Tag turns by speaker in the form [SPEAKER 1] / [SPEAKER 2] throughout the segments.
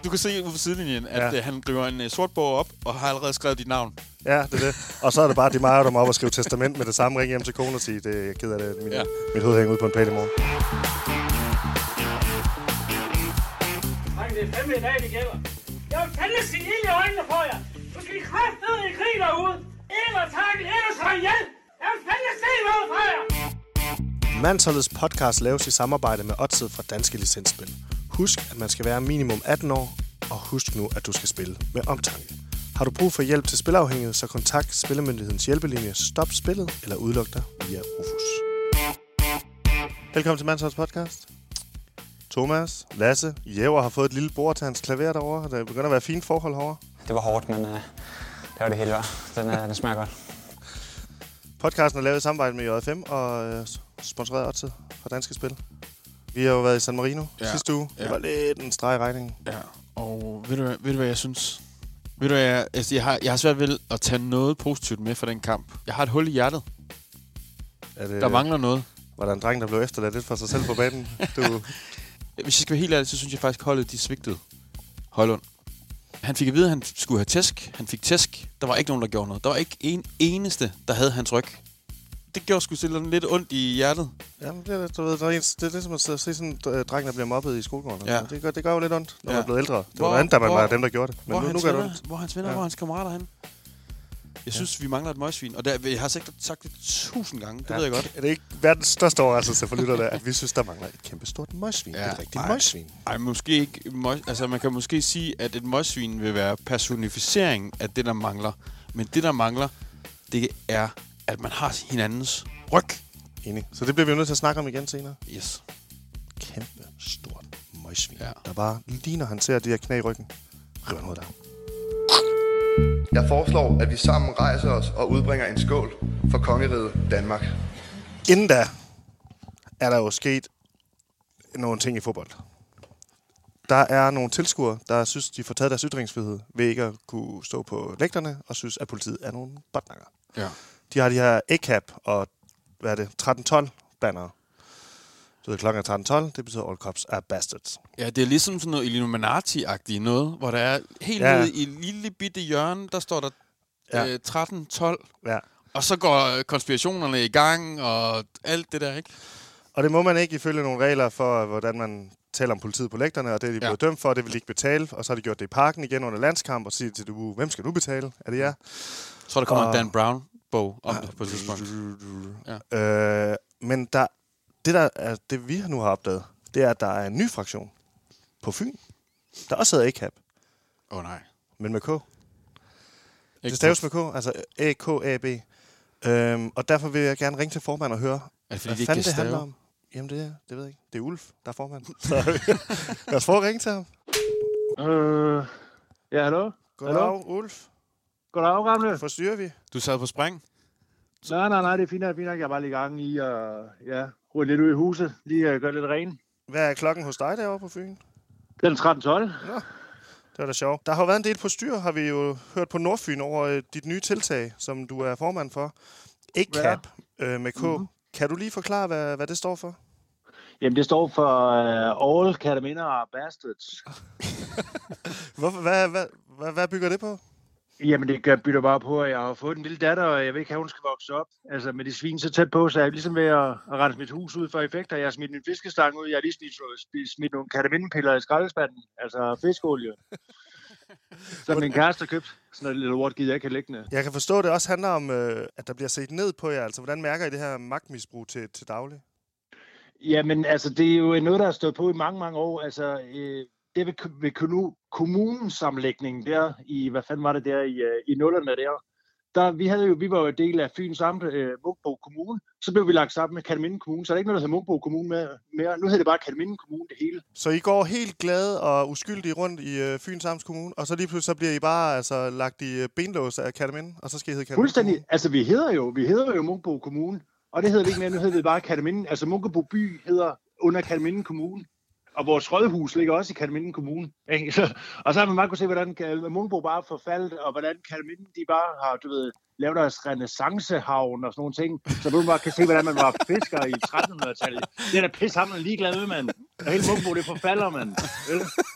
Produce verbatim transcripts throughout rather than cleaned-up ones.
[SPEAKER 1] du kan se ude på sidelinjen, at ja. han driver en uh, sort bog op, og har allerede skrevet dit navn.
[SPEAKER 2] Ja, det er det. Og så er det bare de meget, der må op og skrive testament med det samme, ring hjem til kone og sige, det er jeg ked af det, min, ja. mit hoved hænger ud på en pæl i morgen.
[SPEAKER 3] Dreng, det er fandme i dag, det gælder. Jeg vil fandme sige ild i øjnene på jer. Du skal I kraftedeme i krig derude. Eller takkel, eller så ihjel. Jeg vil fandme se noget fra jer.
[SPEAKER 2] Mandsholdets podcast laves i samarbejde med Odset fra Danske Licensspil. Husk, at man skal være minimum atten år, og husk nu, at du skal spille med omtanke. Har du brug for hjælp til spilafhængighed, så kontakt Spillemyndighedens hjælpelinje Stop Spillet eller udluk dig via Rufus. Velkommen til Mandsholdets podcast. Thomas, Lasse, Jæver har fået et lille bord til hans klaver derovre. Der begynder at være fint forhold herovre.
[SPEAKER 4] Det var hårdt, men uh, det var det hele værd. Den, uh, den smager godt.
[SPEAKER 2] Podcasten er lavet i samarbejde med J F M og uh, sponsoreret Odset fra Danske Spil. Vi har jo været i San Marino ja. sidste uge. Ja. Det var lidt en streg i regningen.
[SPEAKER 1] Ja, og ved du, ved du hvad jeg synes? Ved du hvad, jeg, altså, jeg, har, jeg har svært ved at tage noget positivt med fra den kamp. Jeg har et hul i hjertet. Det, der mangler noget.
[SPEAKER 2] Var der en dreng, der blev efterladt lidt for sig selv på banen? Du...
[SPEAKER 1] Hvis jeg skal være helt ærlig, så synes jeg faktisk, holdet de svigtede. Højlund. Han fik at vide, at han skulle have tæsk. Han fik tæsk. Der var ikke nogen, der gjorde noget. Der var ikke en eneste, der havde hans ryg. Det gjorde sgu stille lidt ondt i hjertet.
[SPEAKER 2] Jamen, det er du ved, der er en, det er det, som at se sådan en uh, dreng, der bliver mobbet i skolegården.
[SPEAKER 1] Ja.
[SPEAKER 2] Det, gør, det gør jo lidt ondt, når ja. man er blevet ældre. Det
[SPEAKER 1] hvor,
[SPEAKER 2] var noget andet, der
[SPEAKER 1] hvor,
[SPEAKER 2] var dem, der gjorde det. Men
[SPEAKER 1] hvor,
[SPEAKER 2] nu,
[SPEAKER 1] hans
[SPEAKER 2] nu gør
[SPEAKER 1] venner,
[SPEAKER 2] det ondt.
[SPEAKER 1] hvor hans venner,
[SPEAKER 2] ja.
[SPEAKER 1] hvor hans kammerater hen? Jeg synes, ja. vi mangler et møgsvin. Og der, jeg har sikkert sagt det tusind gange. Det ja. ved jeg godt.
[SPEAKER 2] Er det ikke verdens største overraskelse for lytterne, at vi synes, der mangler et kæmpe stort møgsvin? Ja. Et rigtigt møgsvin.
[SPEAKER 1] Nej, måske ikke. Møg, altså, man kan måske sige, at et møgsvin vil være personificering af det, der mangler. Men det, der mangler, det er, at man har hinandens ryg.
[SPEAKER 2] Enig. Så det bliver vi jo nødt til at snakke om igen senere.
[SPEAKER 1] Yes.
[SPEAKER 2] Kæmpe stort møgsvin.
[SPEAKER 1] Ja.
[SPEAKER 2] Der bare lige når han ser de her knæ i ryggen, river noget der.
[SPEAKER 5] Jeg foreslår, at vi sammen rejser os og udbringer en skål for kongeriget Danmark.
[SPEAKER 2] Inden da er der jo sket nogle ting i fodbold. Der er nogle tilskuere, der synes, de får taget deres ytringsfrihed ved ikke at kunne stå på lægterne og synes, at politiet er nogle botnakker.
[SPEAKER 1] Ja.
[SPEAKER 2] De har de her A C A P og hvad er det, tretten tolv bannere. Så det klokken er tretten tolv, det betyder all cops are bastards.
[SPEAKER 1] Ja, det er ligesom sådan noget Illuminati-agtigt noget, hvor der er helt ja. nede i en lille bitte hjørne, der står der ja. øh, tretten tolv.
[SPEAKER 2] Ja.
[SPEAKER 1] Og så går konspirationerne i gang og alt det der, ikke?
[SPEAKER 2] Og det må man ikke ifølge nogle regler for, hvordan man taler om politiet på lægterne, og det er de ja. blevet dømt for, det vil de ikke betale. Og så har de gjort det i parken igen under landskamp, og siger til du, hvem skal du betale? Er det jer?
[SPEAKER 1] Så der kommer og... en Dan Brown-bog om ja. det på et tidspunkt.
[SPEAKER 2] Ja. Øh, men der, det, der er, det, vi nu har opdaget, det er, at der er en ny fraktion på Fyn, der også hedder A C A B.
[SPEAKER 1] Åh oh, nej.
[SPEAKER 2] Men med K. Det staves med K, altså A K A B. Øhm, og derfor vil jeg gerne ringe til formanden og høre,
[SPEAKER 1] er det,
[SPEAKER 2] hvad
[SPEAKER 1] de
[SPEAKER 2] fanden det handler om. Jamen det, det ved jeg ikke. Det er Ulf, der er formand. Lad os prøve at ringe til ham.
[SPEAKER 6] Øh, ja, hallo?
[SPEAKER 2] Goddag,
[SPEAKER 6] hallo?
[SPEAKER 2] Ulf.
[SPEAKER 6] Goddag, gamle.
[SPEAKER 2] Forstyrrer vi?
[SPEAKER 1] Du sad på spring?
[SPEAKER 6] Nej, nej, nej, det er fint, det er fint. Jeg er bare lige i gang i at ja, rulle lidt ud i huset. Lige at gøre lidt ren.
[SPEAKER 2] Hvad er klokken hos dig derovre på Fyn?
[SPEAKER 6] Den er tretten tolv.
[SPEAKER 2] Ja, det var da sjovt. Der har jo været en del på styr, har vi jo hørt på Nordfyn over uh, dit nye tiltag, som du er formand for. A C A B uh, med K. Mm-hmm. Kan du lige forklare, hvad, hvad det står for?
[SPEAKER 6] Jamen, det står for uh, All Catamina are Bastards.
[SPEAKER 2] Hvorfor, hvad, hvad, hvad, hvad bygger det på?
[SPEAKER 6] Jamen, det bytter bare på, at jeg har fået en lille datter, og jeg vil ikke have, at hun skal vokse op. Altså, med de svin så tæt på, så er jeg ligesom ved at, at rense mit hus ud for effekter. Jeg har smidt en fiskestang ud, jeg har lige smidt, smidt nogle kataminepiller i skraldespanden, altså fiskolie. Så min kæreste har købt sådan et lille lort, gider jeg ikke have liggende.
[SPEAKER 2] Jeg kan forstå, at det også handler om, øh, at der bliver set ned på jer. Altså, hvordan mærker I det her magtmisbrug til, til daglig?
[SPEAKER 6] Jamen, altså, det er jo noget, der har stået på i mange, mange år. Altså, øh, det ved, ved kommunesammenlægningen der, i, hvad fanden var det der, i, i nullerne der, der, vi, havde jo, vi var jo en del af Fyns Amt, øh, Munkebo Kommune, så blev vi lagt sammen med Kerteminde Kommune, så er der ikke noget, der hedder Munkebo Kommune med, mere. Nu hedder det bare Kerteminde Kommune, det hele.
[SPEAKER 2] Så I går helt glade og uskyldige rundt i øh, Fyns Amts Kommune, og så lige pludselig så bliver I bare altså, lagt i øh, benlås af Kerteminde, og så skal I hedde Kerteminde
[SPEAKER 6] Fuldstændig.
[SPEAKER 2] Kommune?
[SPEAKER 6] Altså, vi hedder jo, vi hedder jo Munkebo Kommune, og det hedder vi ikke mere, nu hedder det bare Kerteminde. Altså, Munkebo by hedder under Kerteminde Kommune. Og vores rådhus ligger også i Kerteminde Kommune. Ikke? Så, og så har man bare kunne se, hvordan Munkebo bare forfaldt, og hvordan Kerteminde, de bare har, du ved, lavet deres renaissancehavn og sådan nogle ting. Så man bare kan se, hvordan man var fisker i trettenhundredetallet. Det er da pissehammerende ligeglad med, mand. Og hele Munkebo, det forfalder, mand.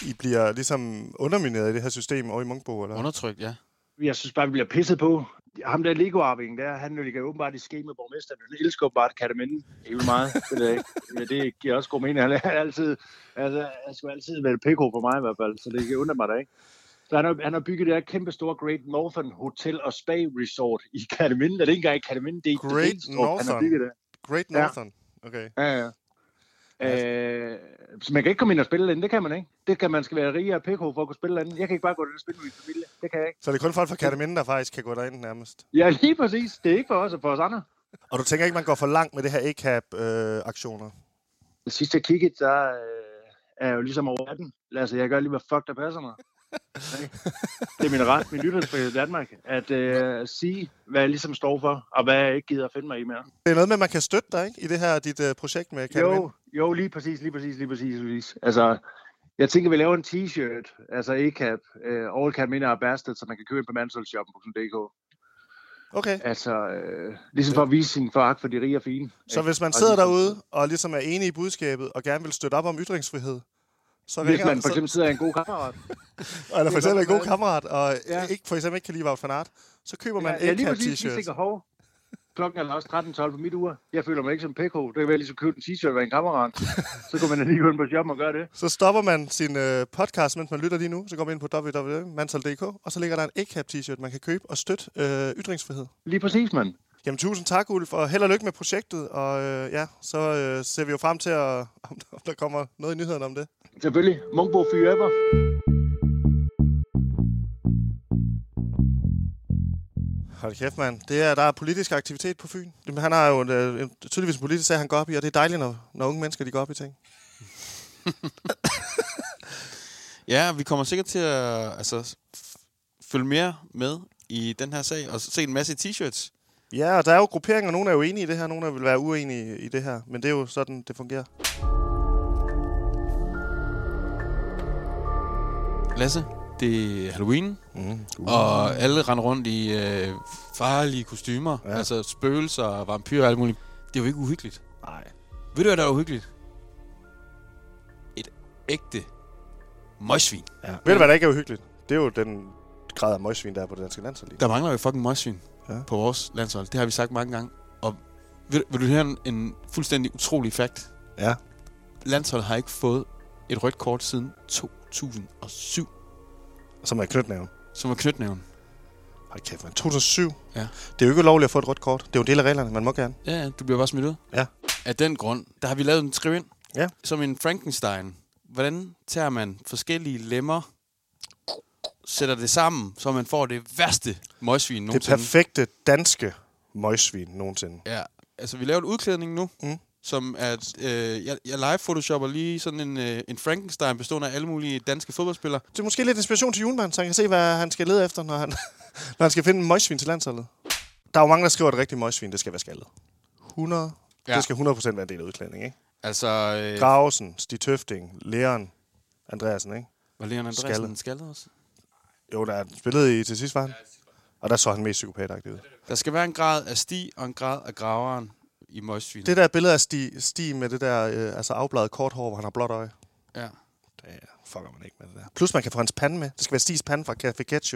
[SPEAKER 2] I bliver ligesom undermineret i det her system over i Munkbo, eller?
[SPEAKER 1] Undertrykt, ja.
[SPEAKER 6] Jeg synes bare, vi bliver pisset på. Ham der Lego-arvingen der, han ligger åbenbart i ske med borgmesteren. Han elsker åbenbart Kataminden helt meget. Det, det, ja, det giver også god mening. Han er altid, altså, han skal altid være P K for mig i hvert fald, så det kan undre mig da ikke. Så han har, han har bygget det her kæmpe store Great Northern Hotel og Spa Resort i Kataminden. Det er ikke engang i Kataminden, det er i
[SPEAKER 2] Great Northern?
[SPEAKER 6] Han har bygget det.
[SPEAKER 2] Great Northern, ja. Okay.
[SPEAKER 6] Ja, ja. Øh, så man kan ikke komme ind og spille den, det kan man ikke. Det kan man skal være rigere P K for at kunne spille den. Jeg kan ikke bare gå ind og spille med min familie. Det kan jeg ikke.
[SPEAKER 2] Så det er kun folk fra Kataminden, der faktisk kan gå derind nærmest?
[SPEAKER 6] Ja, lige præcis. Det er ikke for os og for os andre.
[SPEAKER 2] Og du tænker ikke, man går for langt med det her A C A B-aktioner?
[SPEAKER 6] Øh, Sidst jeg kiggede, der øh, er jeg jo ligesom over atten. Altså, jeg gør lige, hvad fuck der passer mig. Det er min ret, min ytringsfrihed i Danmark, at øh, sige, hvad jeg ligesom står for, og hvad jeg ikke gider at finde mig i mere.
[SPEAKER 2] Det er noget med, at man kan støtte dig, ikke? I det her, dit uh, projekt med Kataminden?
[SPEAKER 6] Jo, jo, lige præcis, lige præcis, lige præcis. Lige præcis. Altså, jeg tænker, vi laver en t-shirt, altså A C A B, uh, All Kataminder are Bastard, så man kan købe ind på mandsholdshoppen punktum d k.
[SPEAKER 2] Okay.
[SPEAKER 6] Altså, øh, ligesom for at vise sin foragt for de rige og fine.
[SPEAKER 2] Så hvis man sidder derude og ligesom er enig i budskabet, og gerne vil støtte op om ytringsfrihed, så
[SPEAKER 6] hvis man for eksempel sidder en god kammerat.
[SPEAKER 2] Eller for eksempel en god kammerat, og
[SPEAKER 6] ja.
[SPEAKER 2] ikke, for eksempel ikke kan lide Wout van Aert, så køber man
[SPEAKER 6] ja,
[SPEAKER 2] A C A B
[SPEAKER 6] t-shirts. Klokken er også tretten tolv på mit ur. Jeg føler mig ikke som P K. Det kan være lige så købe en t-shirt af en kammerat. Så går man lige ud på shoppen og gør det.
[SPEAKER 2] Så stopper man sin øh, podcast, mens man lytter lige nu. Så går man ind på w w w punktum mansol punktum d k, og så ligger der en A C A B t-shirt, man kan købe og støtte øh, ytringsfrihed.
[SPEAKER 6] Lige præcis, mand.
[SPEAKER 2] Jamen tusind tak, Ulf, og held og lykke med projektet. Og øh, ja, så øh, ser vi jo frem til, at, om, om der kommer noget i nyhederne om det.
[SPEAKER 6] Selvfølgelig. Munkbo forever.
[SPEAKER 2] Hold kæft, mand. Det er, der er politisk aktivitet på Fyn. Han har jo en, en, tydeligvis en politisk sag, han går op i, og det er dejligt, når, når unge mennesker de går op i ting.
[SPEAKER 1] Ja, vi kommer sikkert til at altså, følge mere med i den her sag, og se en masse t-shirts.
[SPEAKER 2] Ja, og der er jo grupperinger, nogle er jo enige i det her, nogle vil være uenige i det her, men det er jo sådan, det fungerer.
[SPEAKER 1] Lasse, det er Halloween,
[SPEAKER 2] mm. uh.
[SPEAKER 1] og alle render rundt i øh, farlige kostymer, ja. Altså spøgelser, vampyrer og alt muligt. Det er jo ikke uhyggeligt.
[SPEAKER 2] Nej.
[SPEAKER 1] Ved du, hvad der er uhyggeligt? Et ægte møgsvin.
[SPEAKER 2] Ja. Ved du, hvad der ikke er uhyggeligt? Det er jo den grad af møgsvin, der er på det danske landshold.
[SPEAKER 1] Der mangler jo fucking møgsvin ja. På vores landshold. Det har vi sagt mange gange. Og vil, vil du høre en, en fuldstændig utrolig fakt?
[SPEAKER 2] Ja.
[SPEAKER 1] Landsholdet har ikke fået et rødt kort siden to tusind og syv.
[SPEAKER 2] Som er knytnæven.
[SPEAKER 1] Som er knytnæven.
[SPEAKER 2] Hold kæft, man. to tusind og syv?
[SPEAKER 1] Ja.
[SPEAKER 2] Det er jo ikke ulovligt at få et rødt kort. Det er jo en del af reglerne. Man må gerne.
[SPEAKER 1] Ja, du bliver bare smidt ud.
[SPEAKER 2] Ja.
[SPEAKER 1] Af den grund, der har vi lavet en skrive ind.
[SPEAKER 2] Ja.
[SPEAKER 1] Som en Frankenstein. Hvordan tager man forskellige lemmer, sætter det sammen, så man får det værste møgsvin nogensinde?
[SPEAKER 2] Det perfekte danske møgsvin nogensinde.
[SPEAKER 1] Ja, altså vi laver en udklædning nu,
[SPEAKER 2] mm. som
[SPEAKER 1] at øh, jeg, jeg live-photoshopper lige sådan en, øh, en Frankenstein bestående af alle mulige danske fodboldspillere.
[SPEAKER 2] Det er måske lidt inspiration til julemanden, så han kan se, hvad han skal lede efter, når han, når han skal finde en møgsvin til landsholdet. Der er jo mange, der skriver, at et rigtigt møgsvin, det skal være skaldet. hundrede Ja. Det skal hundrede procent være en del af udklædningen, ikke?
[SPEAKER 1] Altså... Øh...
[SPEAKER 2] Gravesen, Stig Tøfting, Leon Andreasen, ikke?
[SPEAKER 1] Var Leon Andreasen skaldet, skaldet også?
[SPEAKER 2] Jo, der er spillet i til sidst, var han. Og der så han mest psykopatagtig ud.
[SPEAKER 1] Der skal være en grad af Stig og en grad af graveren i møgsvinet.
[SPEAKER 2] Det der billede af Stig, Stig med det der øh, altså afbladet kort hår, hvor han har blåt øje.
[SPEAKER 1] Ja.
[SPEAKER 2] Det fucker man ikke med det der. Plus man kan få hans pande med. Det skal være Stigs pande fra Café Ketchup.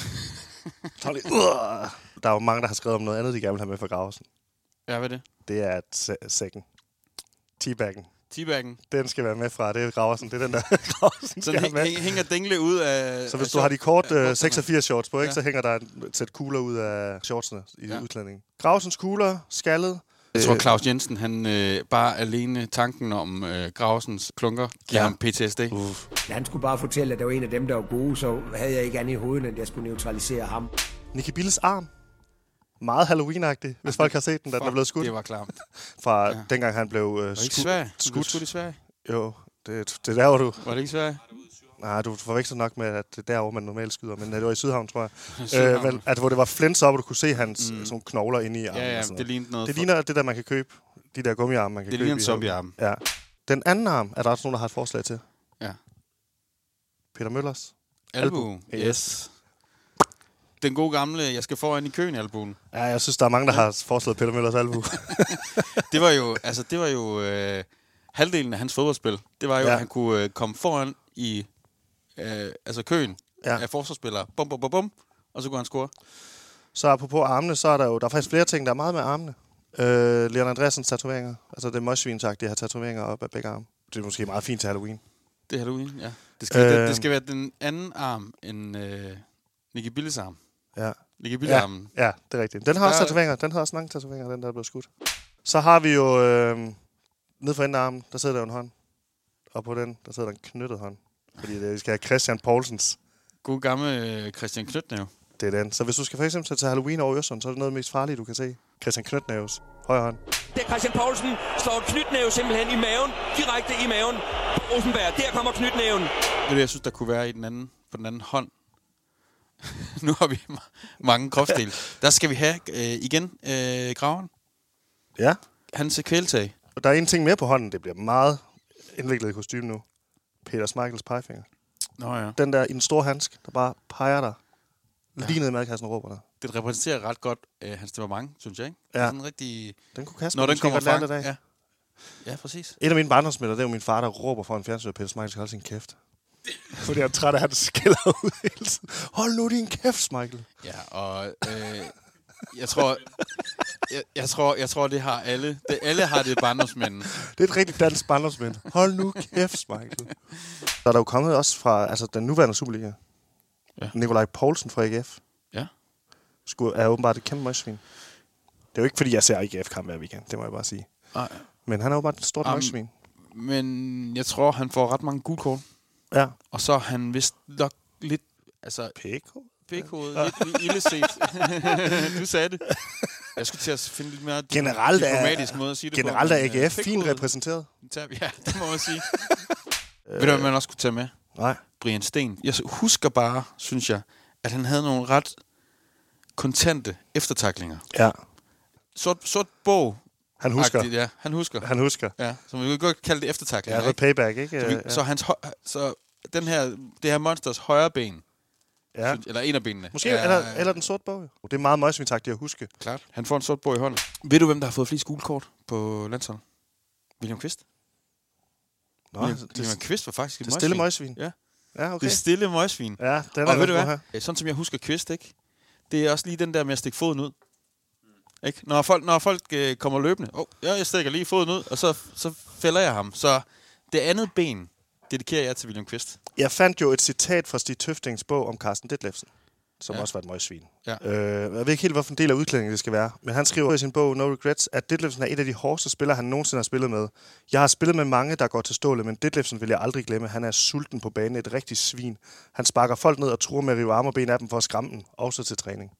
[SPEAKER 2] Der er jo mange, der har skrevet om noget andet, de gerne vil have med fra Gravesen.
[SPEAKER 1] Ja, hvad er det?
[SPEAKER 2] Det er et sækken. Teabaggen.
[SPEAKER 1] Teabaggen?
[SPEAKER 2] Den skal være med fra. Det er Gravesen. Det er den der Gravesen
[SPEAKER 1] så den hæ- hænger dingle ud af...
[SPEAKER 2] Så hvis af du har de kort uh, seksogfirs shorts på, ikke, ja. Så hænger der et sæt kugler ud af shortsene i ja. udklædningen. Gravesens kugler, skaldet.
[SPEAKER 1] Jeg tror, Claus Jensen, han øh, bare alene tanken om øh, Gravesens klunker, giver ja. ham P T S D.
[SPEAKER 7] Uff. Han skulle bare fortælle, at der var en af dem, der var gode, så havde jeg ikke andet i hovedet, end jeg skulle neutralisere ham.
[SPEAKER 2] Nicky Billes arm. Meget Halloween-agtig, hvis folk har set den, da den er blevet skudt.
[SPEAKER 1] Det var klamt.
[SPEAKER 2] Fra ja. dengang han blev uh,
[SPEAKER 1] skudt. Var det ikke skudt i Sverige?
[SPEAKER 2] Jo, det, det er der, hvor du...
[SPEAKER 1] Var det ikke Sverige?
[SPEAKER 2] Nej, du forveksler nok med, at det er der, hvor man normalt skyder, men det var i Sydhavn, tror jeg. Sydhavn. Øh, men, at, hvor det var flens op, og du kunne se hans mm. sådan knogler inde i armen.
[SPEAKER 1] Ja, ja, det lignede noget.
[SPEAKER 2] Det ligner for... det der, man kan købe. De der gummiarme, man kan
[SPEAKER 1] det
[SPEAKER 2] købe. Det
[SPEAKER 1] ligner en zombiearm.
[SPEAKER 2] Ja. Den anden arm, er der også nogen, der har et forslag til?
[SPEAKER 1] Ja.
[SPEAKER 2] Peter Møllers.
[SPEAKER 1] Albu. Yes. yes. Den gode gamle, jeg skal foran i køen i albuen.
[SPEAKER 2] Ja, jeg synes, der er mange, der har foreslået Peter Møllers albu.
[SPEAKER 1] det var jo, altså, det var jo øh, halvdelen af hans fodboldspil. Det var jo, ja. at han kunne øh, komme foran i øh, altså køen
[SPEAKER 2] Ja.
[SPEAKER 1] af forsvarsspillere. Bum, bum, bum, bum. Og så kunne han score.
[SPEAKER 2] Så apropos armene, så er der jo der er faktisk flere ting, der er meget med armene. Øh, Leon Andreassens tatoveringer. Altså det er møgsvinsagt, de har tatoveringer op af begge arme. Det er måske meget fint til Halloween.
[SPEAKER 1] Det er Halloween, ja. Det skal, øh, det, det skal være den anden arm end øh, Nicky Billes arm.
[SPEAKER 2] Ja.
[SPEAKER 1] Nicky Bille-armen.
[SPEAKER 2] Ja, ja, det er rigtigt. Den har også
[SPEAKER 1] Der-
[SPEAKER 2] tatoveringer. Den har også mange tatoveringer, den der er blevet skudt. Så har vi jo øh, nede for enden af armen, der sidder der jo en hånd. Og på den, der sidder der en knyttet hånd. Fordi det, vi skal have Christian Poulsens.
[SPEAKER 1] God gamle øh, Christian Knytnæve.
[SPEAKER 2] Det er den. Så hvis du skal for eksempel tage til Halloween over Øresund, så er det noget af det mest farlige, du kan se. Christian Knytnæves højre hånd.
[SPEAKER 8] Der Christian Poulsen slår knytnæve simpelthen i maven. Direkte i maven. Rosenberg, der kommer knytnæven.
[SPEAKER 1] Det er det, jeg synes, der kunne være i den anden, på den anden hånd. Nu har vi ma- mange kropsdele. Der skal vi have øh, igen øh, Graven.
[SPEAKER 2] Ja.
[SPEAKER 1] Hans kvæletag.
[SPEAKER 2] Og der er en ting mere på hånden. Det bliver meget indviklet i kostume nu. Peter Schmeichels pegefinger.
[SPEAKER 1] Nå ja.
[SPEAKER 2] Den der i den store handsk, der bare peger dig. Lige ned i madkassen og råber dig.
[SPEAKER 1] Det repræsenterer ret godt øh, hans temperament, synes jeg, ikke?
[SPEAKER 2] Ja.
[SPEAKER 1] Det er sådan rigtig...
[SPEAKER 2] Den kunne Kasper
[SPEAKER 1] Når den
[SPEAKER 2] måske
[SPEAKER 1] kommer
[SPEAKER 2] godt lære
[SPEAKER 1] frem.
[SPEAKER 2] lidt af.
[SPEAKER 1] Ja. Ja, præcis.
[SPEAKER 2] Et af mine barndomsmætter, det er jo min far, der råber foran fjernsynet, Peter Schmeichel skal holde sin kæft. Fordi jeg er træt af, at han skælder ud hele tiden. Hold nu din kæft, Schmeichel.
[SPEAKER 1] Ja, og øh, jeg tror... Jeg, jeg, tror, jeg tror, det har alle. Det, alle har det barndomsmænd.
[SPEAKER 2] Det er et rigtig dansk barndomsmænd. Hold nu kæft, Schmeichel. Så er der jo kommet også fra altså, den nuværende Superliga.
[SPEAKER 1] Ja.
[SPEAKER 2] Nikolaj Poulsen fra A G F.
[SPEAKER 1] Ja.
[SPEAKER 2] Skulle, er åbenbart et kæmpe møgsvin. Det er jo ikke, fordi jeg ser A G F-kamp hver weekend. Det må jeg bare sige.
[SPEAKER 1] Nej.
[SPEAKER 2] Men han er åbenbart et stort
[SPEAKER 1] Am-
[SPEAKER 2] møgsvin.
[SPEAKER 1] Men jeg tror, han får ret mange gulkort.
[SPEAKER 2] Ja.
[SPEAKER 1] Og så er han vist nok lidt... Altså,
[SPEAKER 2] Pæko?
[SPEAKER 1] pækhovedet. Lidt illeset. Du sagde det. Jeg skulle til at finde lidt mere
[SPEAKER 2] Generelt er,
[SPEAKER 1] diplomatisk måde at sige det
[SPEAKER 2] generelt
[SPEAKER 1] på.
[SPEAKER 2] er
[SPEAKER 1] men,
[SPEAKER 2] A G F
[SPEAKER 1] øh,
[SPEAKER 2] fint
[SPEAKER 1] pækhovedet,
[SPEAKER 2] repræsenteret.
[SPEAKER 1] Ja, det må man sige. Ved du, hvad man også kunne tage med?
[SPEAKER 2] Nej.
[SPEAKER 1] Brian Sten. Jeg husker bare, synes jeg, at han havde nogle ret kontante eftertaklinger.
[SPEAKER 2] Ja.
[SPEAKER 1] Sort, sort bog.
[SPEAKER 2] Han husker.
[SPEAKER 1] Ja, han husker.
[SPEAKER 2] Han husker.
[SPEAKER 1] Ja, så man kan godt kalde det eftertaklinger.
[SPEAKER 2] Ja, det er payback, ikke?
[SPEAKER 1] Så, vi,
[SPEAKER 2] Ja.
[SPEAKER 1] så, hans, hø- så den her, det her monsters højre ben,
[SPEAKER 2] Ja.
[SPEAKER 1] synes, eller en af benene.
[SPEAKER 2] Måske,
[SPEAKER 1] er,
[SPEAKER 2] eller, eller den sorte bog. Det er meget møgsvintagtigt at huske.
[SPEAKER 1] Klart. Han får en sort bog i hånden. Ved du, hvem der har fået flest gule kort på landsholdet? William Kvist.
[SPEAKER 2] Nå,
[SPEAKER 1] William,
[SPEAKER 2] det,
[SPEAKER 1] William Kvist var faktisk et
[SPEAKER 2] det er stille
[SPEAKER 1] møgsvin.
[SPEAKER 2] møgsvin.
[SPEAKER 1] Ja.
[SPEAKER 2] Ja,
[SPEAKER 1] Okay.
[SPEAKER 2] okay.
[SPEAKER 1] Det er stille møgsvin.
[SPEAKER 2] Ja, den er
[SPEAKER 1] Og ved du
[SPEAKER 2] godt
[SPEAKER 1] hvad?
[SPEAKER 2] her.
[SPEAKER 1] Sådan som jeg husker Kvist, ikke? Det er også lige den der med at stikke foden ud. Ikke? Når folk, når folk øh, kommer løbende, oh, ja, jeg stikker lige foden ud, og så, så fælder jeg ham. Så det andet ben dedikerer jeg til William Kvist.
[SPEAKER 2] Jeg fandt jo et citat fra Stig Tøftings bog om Carsten Detlefsen, som
[SPEAKER 1] Ja.
[SPEAKER 2] også var et møgsvin.
[SPEAKER 1] Ja.
[SPEAKER 2] Øh, jeg ved ikke helt, hvorfor en del af udklædningen det skal være, men han skriver i sin bog No Regrets, at Detlefsen er et af de hårdeste spillere, han nogensinde har spillet med. Jeg har spillet med mange, der går til stålet, men Detlefsen vil jeg aldrig glemme. Han er sulten på banen, et rigtigt svin. Han sparker folk ned og truer med at rive arme og ben af dem for at skræmme dem, også til træning.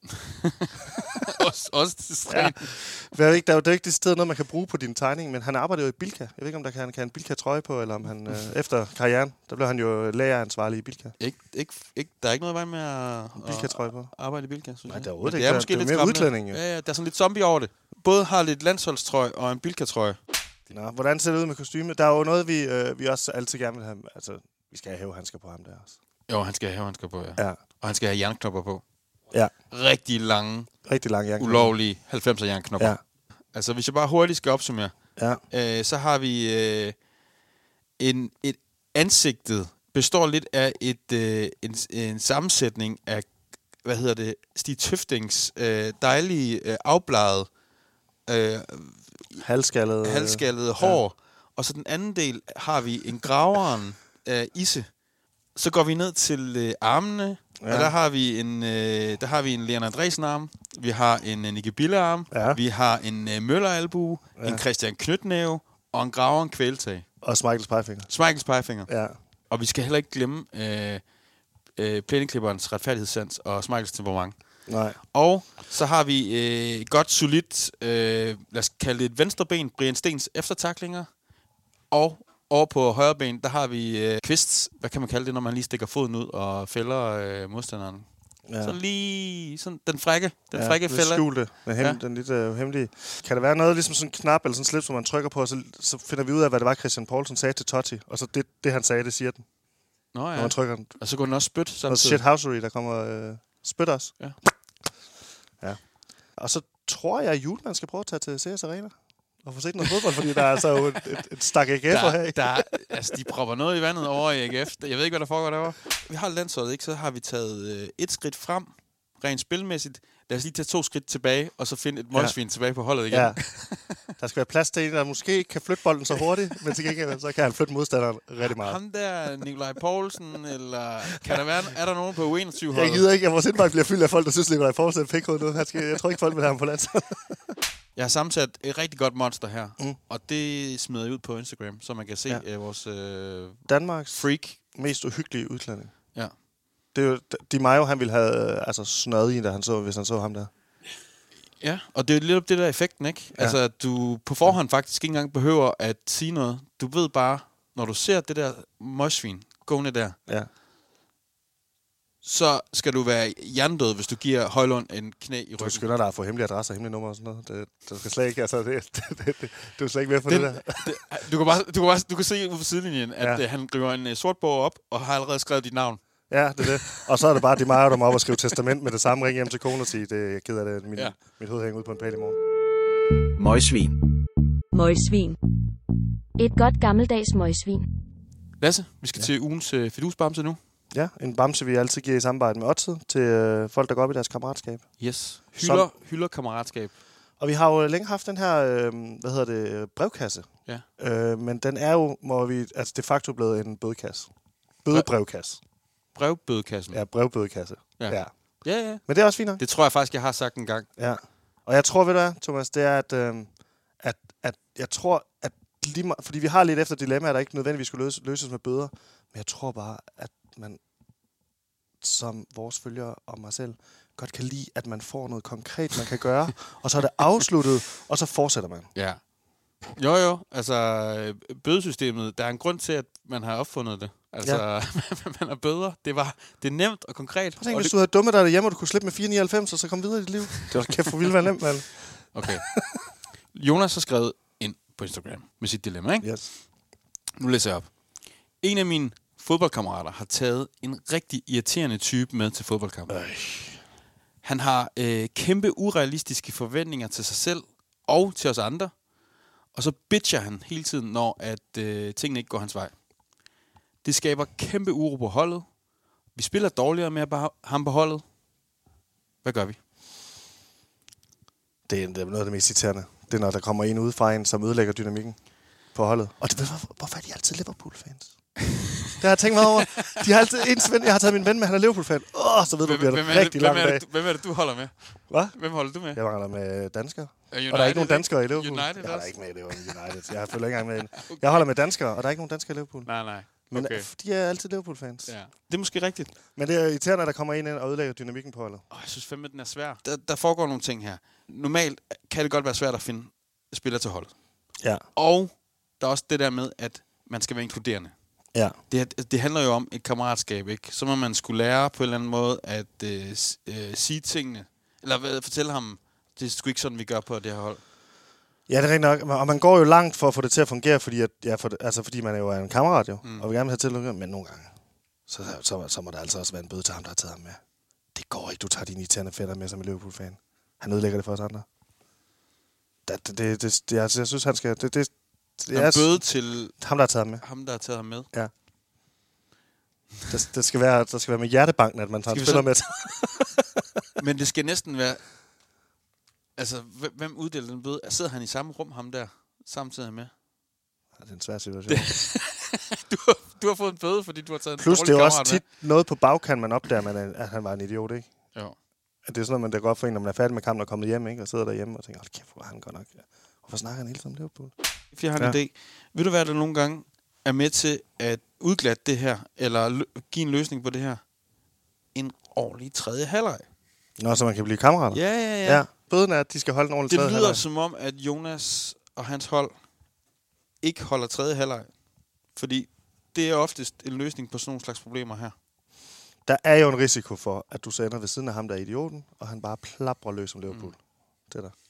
[SPEAKER 1] også, også til stræn.
[SPEAKER 2] Ja. Jeg ved ikke, der er jo det er ikke det sted, noget man kan bruge på din tegning, men han arbejder jo i Bilka. Jeg ved ikke, om der kan, han kan have en Bilka-trøje på, eller om han øh, efter karrieren, der blev han jo læreransvarlig i Bilka.
[SPEAKER 1] Ikke, ikke, ikke, der er ikke noget vej med at,
[SPEAKER 2] Bilka-trøje på.
[SPEAKER 1] at arbejde i Bilka, synes
[SPEAKER 2] Nej,
[SPEAKER 1] jeg.
[SPEAKER 2] der er overhovedet
[SPEAKER 1] Men
[SPEAKER 2] ikke.
[SPEAKER 1] Det er
[SPEAKER 2] Der-
[SPEAKER 1] måske
[SPEAKER 2] det er
[SPEAKER 1] lidt
[SPEAKER 2] mere
[SPEAKER 1] skræmmende.
[SPEAKER 2] udklædning, jo.
[SPEAKER 1] Ja, ja, der er sådan lidt zombie over det. Både har lidt landsholdstrøje og en Bilka-trøje.
[SPEAKER 2] Nå, hvordan ser det ud med kostyme? Der er jo noget, vi, øh, vi også altid gerne vil have. Altså, vi skal have hævehandsker på ham der også.
[SPEAKER 1] Jo, han skal have handsker på, ja.
[SPEAKER 2] Ja.
[SPEAKER 1] Og han skal have jernknopper på.
[SPEAKER 2] Ja.
[SPEAKER 1] Rigtig lange,
[SPEAKER 2] Rigtig lang jakke.
[SPEAKER 1] ulovlige halvfemser jernknopper.
[SPEAKER 2] Ja.
[SPEAKER 1] Altså, hvis jeg bare hurtigt skal opsummere,
[SPEAKER 2] Ja.
[SPEAKER 1] øh, så har vi øh, en, et ansigtet består lidt af et øh, en, en sammensætning af, hvad hedder det, Stig Tøftings øh, dejlige øh, afbladet øh,
[SPEAKER 2] Halvskaldet. øh,
[SPEAKER 1] halvskallede hår. Og så den anden del har vi en graveren af isse. Så går vi ned til øh, armene, ja. Og der har vi en øh, der har vi en Leon Andresen arm, vi har en uh, Nicky Bille arm,
[SPEAKER 2] Ja.
[SPEAKER 1] vi har en uh, Møller albue,
[SPEAKER 2] Ja.
[SPEAKER 1] en Christian Knytnæve og en Graveren kvæletag.
[SPEAKER 2] Og Schmeichels pegefinger.
[SPEAKER 1] Schmeichels pegefinger.
[SPEAKER 2] Ja.
[SPEAKER 1] Og vi skal heller ikke glemme øh, øh, plæneklipperens retfærdighedssans og Schmeichels temperament.
[SPEAKER 2] Nej.
[SPEAKER 1] Og så har vi øh, godt solidt, øh, lad os kalde det et venstreben, Brian Stens eftertaklinger. Og over på højre ben, der har vi øh, Kvists, hvad kan man kalde det, når man lige stikker foden ud og fælder øh, modstanderen.
[SPEAKER 2] Ja.
[SPEAKER 1] Så lige sådan den frække, den
[SPEAKER 2] ja,
[SPEAKER 1] frække
[SPEAKER 2] det
[SPEAKER 1] fælder.
[SPEAKER 2] skjulte. Den, hem,
[SPEAKER 1] Ja.
[SPEAKER 2] ja. den lidt øh, hemmelige. Kan der være noget, ligesom sådan en knap eller sådan en slip, som man trykker på, og så, så finder vi ud af, hvad det var, Christian Poulsen sagde til Totti. Og så det, det han sagde, det siger den,
[SPEAKER 1] Nå
[SPEAKER 2] når
[SPEAKER 1] ja,
[SPEAKER 2] man trykker den.
[SPEAKER 1] og så går den også spyt
[SPEAKER 2] Og
[SPEAKER 1] samtidig.
[SPEAKER 2] shithousery, der kommer øh, spyt os.
[SPEAKER 1] Ja.
[SPEAKER 2] Ja. Og så tror jeg, at Julemand skal prøve at tage til C S Arena at få set noget fodbold, fordi der er altså jo et, et, et stak A G F'er her.
[SPEAKER 1] Der, altså, de propper noget i vandet over i A G F. Jeg ved ikke, hvad der foregår derovre. Vi har landsholdet, ikke? Så har vi taget øh, et skridt frem, rent spilmæssigt. Lad os lige tage to skridt tilbage, og så finde et møgsvin ja. tilbage på holdet igen. Ja.
[SPEAKER 2] Der skal være plads til en, der måske ikke kan flytte bolden så hurtigt, men til gengæld så kan han flytte modstanderen rigtig meget.
[SPEAKER 1] Ham der, Nikolaj Poulsen, eller kan der være, er der nogen på U enogtyve-holdet?
[SPEAKER 2] Jeg gider ikke, at vores indbakke bliver fyldt af folk, der synes, Nikolaj Poulsen er pikhoved nu. Jeg tror ikke, folk vil have ham på landsholdet.
[SPEAKER 1] Jeg har sammensat et rigtig godt monster her, mm. og det smider jeg ud på Instagram, så man kan se ja. uh, vores uh,
[SPEAKER 2] Danmarks
[SPEAKER 1] freak.
[SPEAKER 2] Mest uhyggelige udklædning.
[SPEAKER 1] Ja.
[SPEAKER 2] Det er jo Di Maio, han ville have altså, snøret i, da han så, hvis han så ham der.
[SPEAKER 1] Ja, og det er jo lidt det der effekten, ikke? Ja. Altså, du på forhånd faktisk ikke engang behøver at sige noget. Du ved bare, når du ser det der møgsvin gående der,
[SPEAKER 2] ja.
[SPEAKER 1] så skal du være hjernedød, hvis du giver Højlund en knæ i ryggen.
[SPEAKER 2] Du skynder dig at få hemmelige adresser og hemmelige numre og sådan noget. Det, du skal slet ikke, altså, det, det, det, det, du er slet ikke med for det, det der. Det,
[SPEAKER 1] du, kan bare, du, kan bare, du kan se ud på sidelinjen, at ja. han griber en uh, sort bog op, og har allerede skrevet dit navn.
[SPEAKER 2] Ja, det er det. Og så er det bare de meget, der må op og skrive testament med det samme, ring hjem til konen og sige, det er ked af det, min, ja. mit hoved hænger ud på en pæl i morgen.
[SPEAKER 9] Møgsvin.
[SPEAKER 10] Møgsvin. Et godt gammeldags møgsvin.
[SPEAKER 1] Lasse, vi skal ja. til ugens uh, fidusbamse nu.
[SPEAKER 2] Ja, en bamse, vi altid giver i samarbejde med Odset til øh, folk, der går op i deres kammeratskab.
[SPEAKER 1] Yes. Hylder, hylder kammeratskab.
[SPEAKER 2] Og vi har jo længe haft den her, øh, hvad hedder det, brevkasse.
[SPEAKER 1] Ja.
[SPEAKER 2] Øh, men den er jo, må vi, altså de facto blevet en bødekasse. Bødebrevkasse.
[SPEAKER 1] Brevbødekassen.
[SPEAKER 2] Ja, brevbødekasse.
[SPEAKER 1] Ja.
[SPEAKER 2] ja.
[SPEAKER 1] Ja, ja.
[SPEAKER 2] Men det er også fint nok.
[SPEAKER 1] Det tror jeg faktisk, jeg har sagt en gang.
[SPEAKER 2] Ja. Og jeg tror, ved du hvad, Thomas, det er, at, øh, at, at jeg tror, at lige meget, fordi vi har lidt efter dilemmaer, der ikke nødvendigvis skulle løse, løses med bøder, men jeg tror bare, at man som vores følgere og mig selv godt kan lide, at man får noget konkret, man kan gøre, og så er det afsluttet, og så fortsætter man.
[SPEAKER 1] Ja. Jo, jo. Altså, bødesystemet, der er en grund til, at man har opfundet det. Altså, ja. man har bøder. Det var det er nemt og konkret.
[SPEAKER 2] Tænk,
[SPEAKER 1] og
[SPEAKER 2] hvis
[SPEAKER 1] det...
[SPEAKER 2] du havde dummet dig derhjemme, og du kunne slippe med fire nioghalvfems, og så komme videre i dit liv. Det var kæft for vildt være nemt, mand.
[SPEAKER 1] Okay. Jonas har skrevet ind på Instagram med sit dilemma, ikke?
[SPEAKER 2] Yes.
[SPEAKER 1] Nu læser jeg op. En af mine fodboldkammerater har taget en rigtig irriterende type med til fodboldkampen. Øh. Han har øh, kæmpe urealistiske forventninger til sig selv og til os andre. Og så bitcher han hele tiden, når at øh, tingene ikke går hans vej. Det skaber kæmpe uro på holdet. Vi spiller dårligere med at have ham på holdet. Hvad gør vi?
[SPEAKER 2] Det er, det er noget af det mest irriterende. Det er, når der kommer en udefra en, som ødelægger dynamikken på holdet. Og det, hvorfor, hvorfor er de altid Liverpool-fans? Det har jeg tænkt mig over. De har altid en ven, jeg har taget min ven med, han er Liverpool-fan. Åh, oh, så ved du, bliver det rigtig lang dag.
[SPEAKER 1] Hvem er det, du holder med?
[SPEAKER 2] Hvad?
[SPEAKER 1] Hvem holder du med?
[SPEAKER 2] Jeg holder med danskere.
[SPEAKER 1] United,
[SPEAKER 2] og der er ikke nogen danskere i Liverpool.
[SPEAKER 1] United
[SPEAKER 2] jeg holder ikke med i United. Jeg følger ikke engang med. Okay. Jeg holder med danskere, og der er ikke nogen danskere i Liverpool.
[SPEAKER 1] Nej, nej.
[SPEAKER 2] Men
[SPEAKER 1] okay.
[SPEAKER 2] de er altid Liverpool-fans.
[SPEAKER 1] Ja. Det er måske rigtigt.
[SPEAKER 2] Men det er irriterende, at der kommer en ind og ødelægger dynamikken på holdet.
[SPEAKER 1] Oh, jeg synes fandme, den er svær. Der, der foregår nogle ting her. Normalt kan det godt være svært at finde spillere til holdet.
[SPEAKER 2] Ja.
[SPEAKER 1] Og der er også det der med, at man skal være inkluderende.
[SPEAKER 2] Ja.
[SPEAKER 1] Det, det handler jo om et kammeratskab, ikke? Så må man skulle lære på en eller anden måde at øh, øh, sige tingene. Eller hvad, fortælle ham, det er sgu ikke sådan, vi gør på det her hold.
[SPEAKER 2] Ja, det er rigtig nok. Og man går jo langt for at få det til at fungere, fordi, at, ja, for det, altså, fordi man jo er en kammerat, jo. Mm. Og vil gerne have til at men nogle gange, så, så, så må der altså også være en bøde til ham, der har taget ham med. Det går ikke, du tager dine irriterende fætter med som en Liverpool-fan. Han ødelægger det for os andre. Det, det, det, det, det, altså, jeg synes, han skal... Det, det, det
[SPEAKER 1] er bøde til...
[SPEAKER 2] Ham, der har taget ham med.
[SPEAKER 1] Ham, der har taget ham med.
[SPEAKER 2] Ja. Det, det skal være, der skal være med hjertebanken, at man tager en spiller så... med.
[SPEAKER 1] Men det skal næsten være... Altså, hvem uddeler den bøde? Sidder han i samme rum, ham der, samtidig med?
[SPEAKER 2] Ja, det er en svær situation.
[SPEAKER 1] du, har, du har fået en bøde, fordi du har taget en
[SPEAKER 2] Plus,
[SPEAKER 1] dårlig
[SPEAKER 2] det er også tit
[SPEAKER 1] med.
[SPEAKER 2] noget på bagkant, man opdager, man er, at han var en idiot, ikke?
[SPEAKER 1] Jo.
[SPEAKER 2] At det er sådan noget, man der går op for en, når man er færdig med kampen og kommet hjem, ikke? Og sidder derhjemme og tænker, hold kæft, hvor han godt nok... Ja. Hvorfor snakker han hele tiden om Liverpool?
[SPEAKER 1] Jeg har en ja. idé. Vil du være der nogle gange er med til at udglatte det her, eller lø- give en løsning på det her? En ordentlig tredje halvleg.
[SPEAKER 2] Nå, så man kan blive kammerater?
[SPEAKER 1] Ja, ja, ja.
[SPEAKER 2] ja. Bøden er, at de skal holde en ordentlig tredje halvleg.
[SPEAKER 1] Det lyder som om, at Jonas og hans hold ikke holder tredje halvleg. Fordi det er oftest en løsning på sådan nogle slags problemer her.
[SPEAKER 2] Der er jo en risiko for, at du så ender ved siden af ham, der er idioten, og han bare plaprer løs som Liverpool. Mm. Det er der.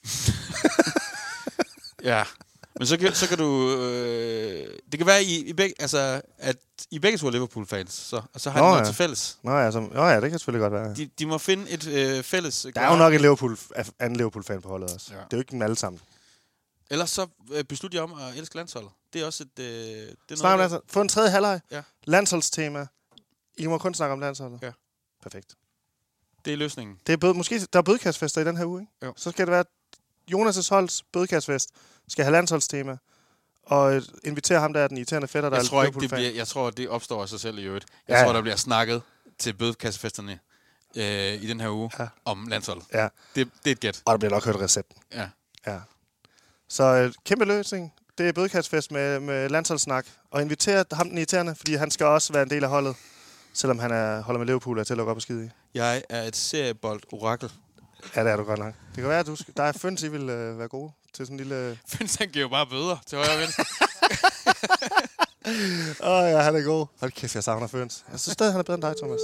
[SPEAKER 1] Ja, men så kan, så kan du... Øh, det kan være, I, I begge, altså, at I begge to er Liverpool-fans, så, og så har Nå, de noget
[SPEAKER 2] ja.
[SPEAKER 1] til fælles.
[SPEAKER 2] Nå ja, så, Nå ja, det kan selvfølgelig godt være.
[SPEAKER 1] De, de må finde et øh, fælles...
[SPEAKER 2] Der er jo nok en Liverpool, anden Liverpool-fan på holdet også. Ja. Det er jo ikke dem alle sammen.
[SPEAKER 1] Ellers så øh, beslut jer om at elske landsholdet. Det er også et... Øh, det er
[SPEAKER 2] Snak om
[SPEAKER 1] noget,
[SPEAKER 2] landshold. Få en tredje halvleg.
[SPEAKER 1] Ja.
[SPEAKER 2] Landsholdstema. I må kun snakke om landsholdet.
[SPEAKER 1] Ja.
[SPEAKER 2] Perfekt.
[SPEAKER 1] det er løsningen.
[SPEAKER 2] Det er bød, måske der er bødekastfester i den her uge, ikke?
[SPEAKER 1] Jo.
[SPEAKER 2] Så skal det være, Jonas' holds bødekastfest skal have landsholdstema. Og øh, invitere ham, der er den irriterende fætter, der
[SPEAKER 1] Jeg
[SPEAKER 2] er
[SPEAKER 1] tror ikke, det
[SPEAKER 2] Liverpool-fan.
[SPEAKER 1] bliver, jeg tror, det opstår af sig selv i øvrigt. Jeg
[SPEAKER 2] Ja,
[SPEAKER 1] tror,
[SPEAKER 2] ja.
[SPEAKER 1] der bliver snakket til bødekassefesterne øh, i den her uge
[SPEAKER 2] Ja.
[SPEAKER 1] om landsholdet.
[SPEAKER 2] Ja.
[SPEAKER 1] Det, det er et gæt.
[SPEAKER 2] Og der bliver nok hørt recepten.
[SPEAKER 1] Ja.
[SPEAKER 2] Ja. Så øh, kæmpe løsning. Det er bødekastfest med, med landsholdssnak. Og inviter ham den irriterende, fordi han skal også være en del af holdet. Selvom han er, holder med Liverpool og er til at lukke op og skide i.
[SPEAKER 1] Jeg er et seriebold-orakel.
[SPEAKER 2] Ja, det er du godt nok. Det kan være, at du skal, der er Føns, I vil øh, være gode til sådan en lille...
[SPEAKER 1] Føns, han giver jo bare bøder til højre og venstre.
[SPEAKER 2] Åh oh, ja, han er god. Hold kæft, jeg savner Føns. Jeg synes stadig, han er bedre end dig, Thomas.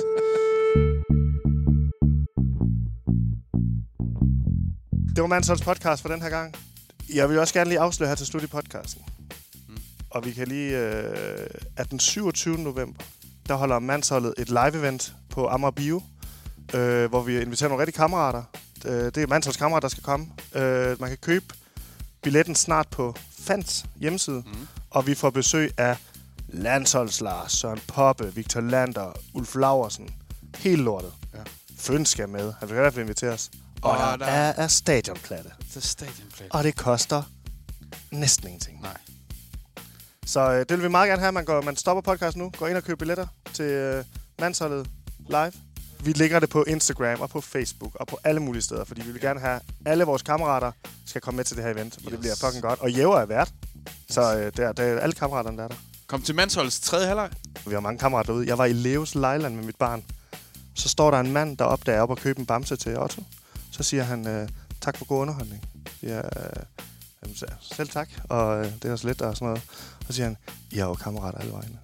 [SPEAKER 2] Det var Mansholds podcast for den her gang. Jeg vil også gerne lige afsløre her til slut i podcasten. Mm. Og vi kan lige... Øh, at den syvogtyvende november, der holder Mansholdet et live-event på Amager Bio, øh, hvor vi inviterer nogle rigtige kammerater. Øh, det er Mansholds kammerater, der skal komme. Øh, man kan købe billetten snart på Fans hjemmeside, mm. og vi får besøg af Landsholds Lars, Søren Poppe, Victor Lander, Ulf Laursen. Helt lortet. Ja. Føns skal med. Han vil i hvert fald invitere os. Og, og der, der er, er stadionplatte.
[SPEAKER 1] Det er stadionplatte.
[SPEAKER 2] Og det koster næsten ingenting.
[SPEAKER 1] Nej.
[SPEAKER 2] Så øh, det vil vi meget gerne have. Man, går, man stopper podcasten nu, går ind og køber billetter til øh, Mansholdet live. Vi lægger det på Instagram og på Facebook og på alle mulige steder, fordi vi vil gerne have alle vores kammerater skal komme med til det her event, og yes. det bliver fucking godt. Og Jæver er vært, så øh, der, der er alle kammeraterne, der er der.
[SPEAKER 1] Kom til Mansholdets tredje halvleg.
[SPEAKER 2] Vi har mange kammerater derude. Jeg var i Leos Lejland med mit barn. Så står der en mand deroppe, der er oppe og købe en bamse til Otto. Så siger han, øh, tak for god underholdning. Jeg, øh, selv tak, og øh, det er også lidt og sådan noget. Og så siger han, I er jo kammerater alle vegne.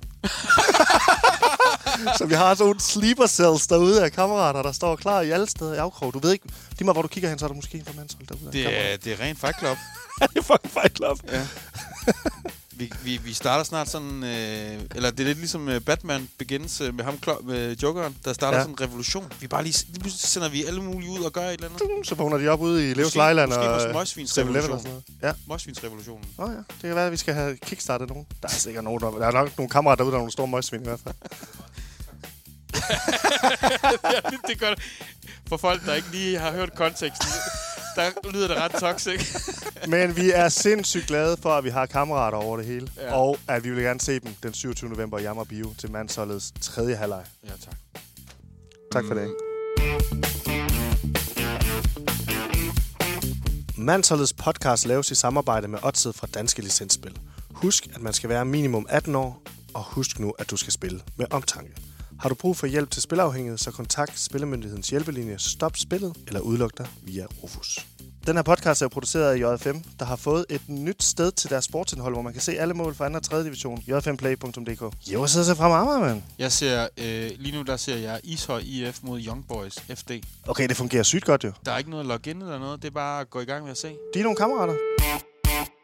[SPEAKER 2] Så vi har sådan nogle sleeper cells derude af kammerater, der står klar i alle steder i afkrog. Du ved ikke, lige meget hvor du kigger hen, så er der måske en fra Manshold derude.
[SPEAKER 1] Det er, det er rent Fight Club.
[SPEAKER 2] Det er fucking Fight Club.
[SPEAKER 1] Ja. Vi, vi, vi starter snart sådan, øh, eller det er lidt ligesom øh, Batman Begins øh, med ham klar, med Jokeren, der starter ja. sådan en revolution. Vi bare lige, lige pludselig sender vi alle mulige ud og gør et eller andet.
[SPEAKER 2] Så vågner de op ude i Leos Lejland og
[SPEAKER 1] Måske Møgsvinsrevolutionen.
[SPEAKER 2] Ja.
[SPEAKER 1] Møgsvinsrevolutionen.
[SPEAKER 2] Åh oh, ja, det kan være, at vi skal have kickstartet nogen. Der er sikkert nogen, der, der er nok nogle kammerater derude, der er nogle store møgsvin i hvert fald.
[SPEAKER 1] Ja, det, det gør det. For folk, der ikke lige har hørt konteksten, der lyder det ret toxic.
[SPEAKER 2] Men vi er sindssygt glade for, at vi har kammerater over det hele.
[SPEAKER 1] Ja.
[SPEAKER 2] Og at vi vil gerne se dem den syvogtyvende november i Amager Bio til Mansholdets tredje halvleg.
[SPEAKER 1] Ja, tak.
[SPEAKER 2] Tak for det. Mansholdets podcast laves i samarbejde med Odset fra Danske Licensspil. Husk, at man skal være minimum atten år, og husk nu, at du skal spille med omtanke. Har du brug for hjælp til spilafhængighed, så kontakt Spillemyndighedens hjælpelinje Stop Spillet eller udluk dig via Rufus. Den her podcast er produceret af J F M, der har fået et nyt sted til deres sportsindhold, hvor man kan se alle mål fra anden og tredje division. j f m play punktum d k. Jo, sidder sig frem Amager, mand.
[SPEAKER 1] Jeg ser, øh, lige nu der ser jeg Ishøj I F mod Young Boys F D.
[SPEAKER 2] Okay, det fungerer sygt godt jo.
[SPEAKER 1] Der er ikke noget login eller noget, det er bare at gå i gang med at se.
[SPEAKER 2] De er nogle kammerater.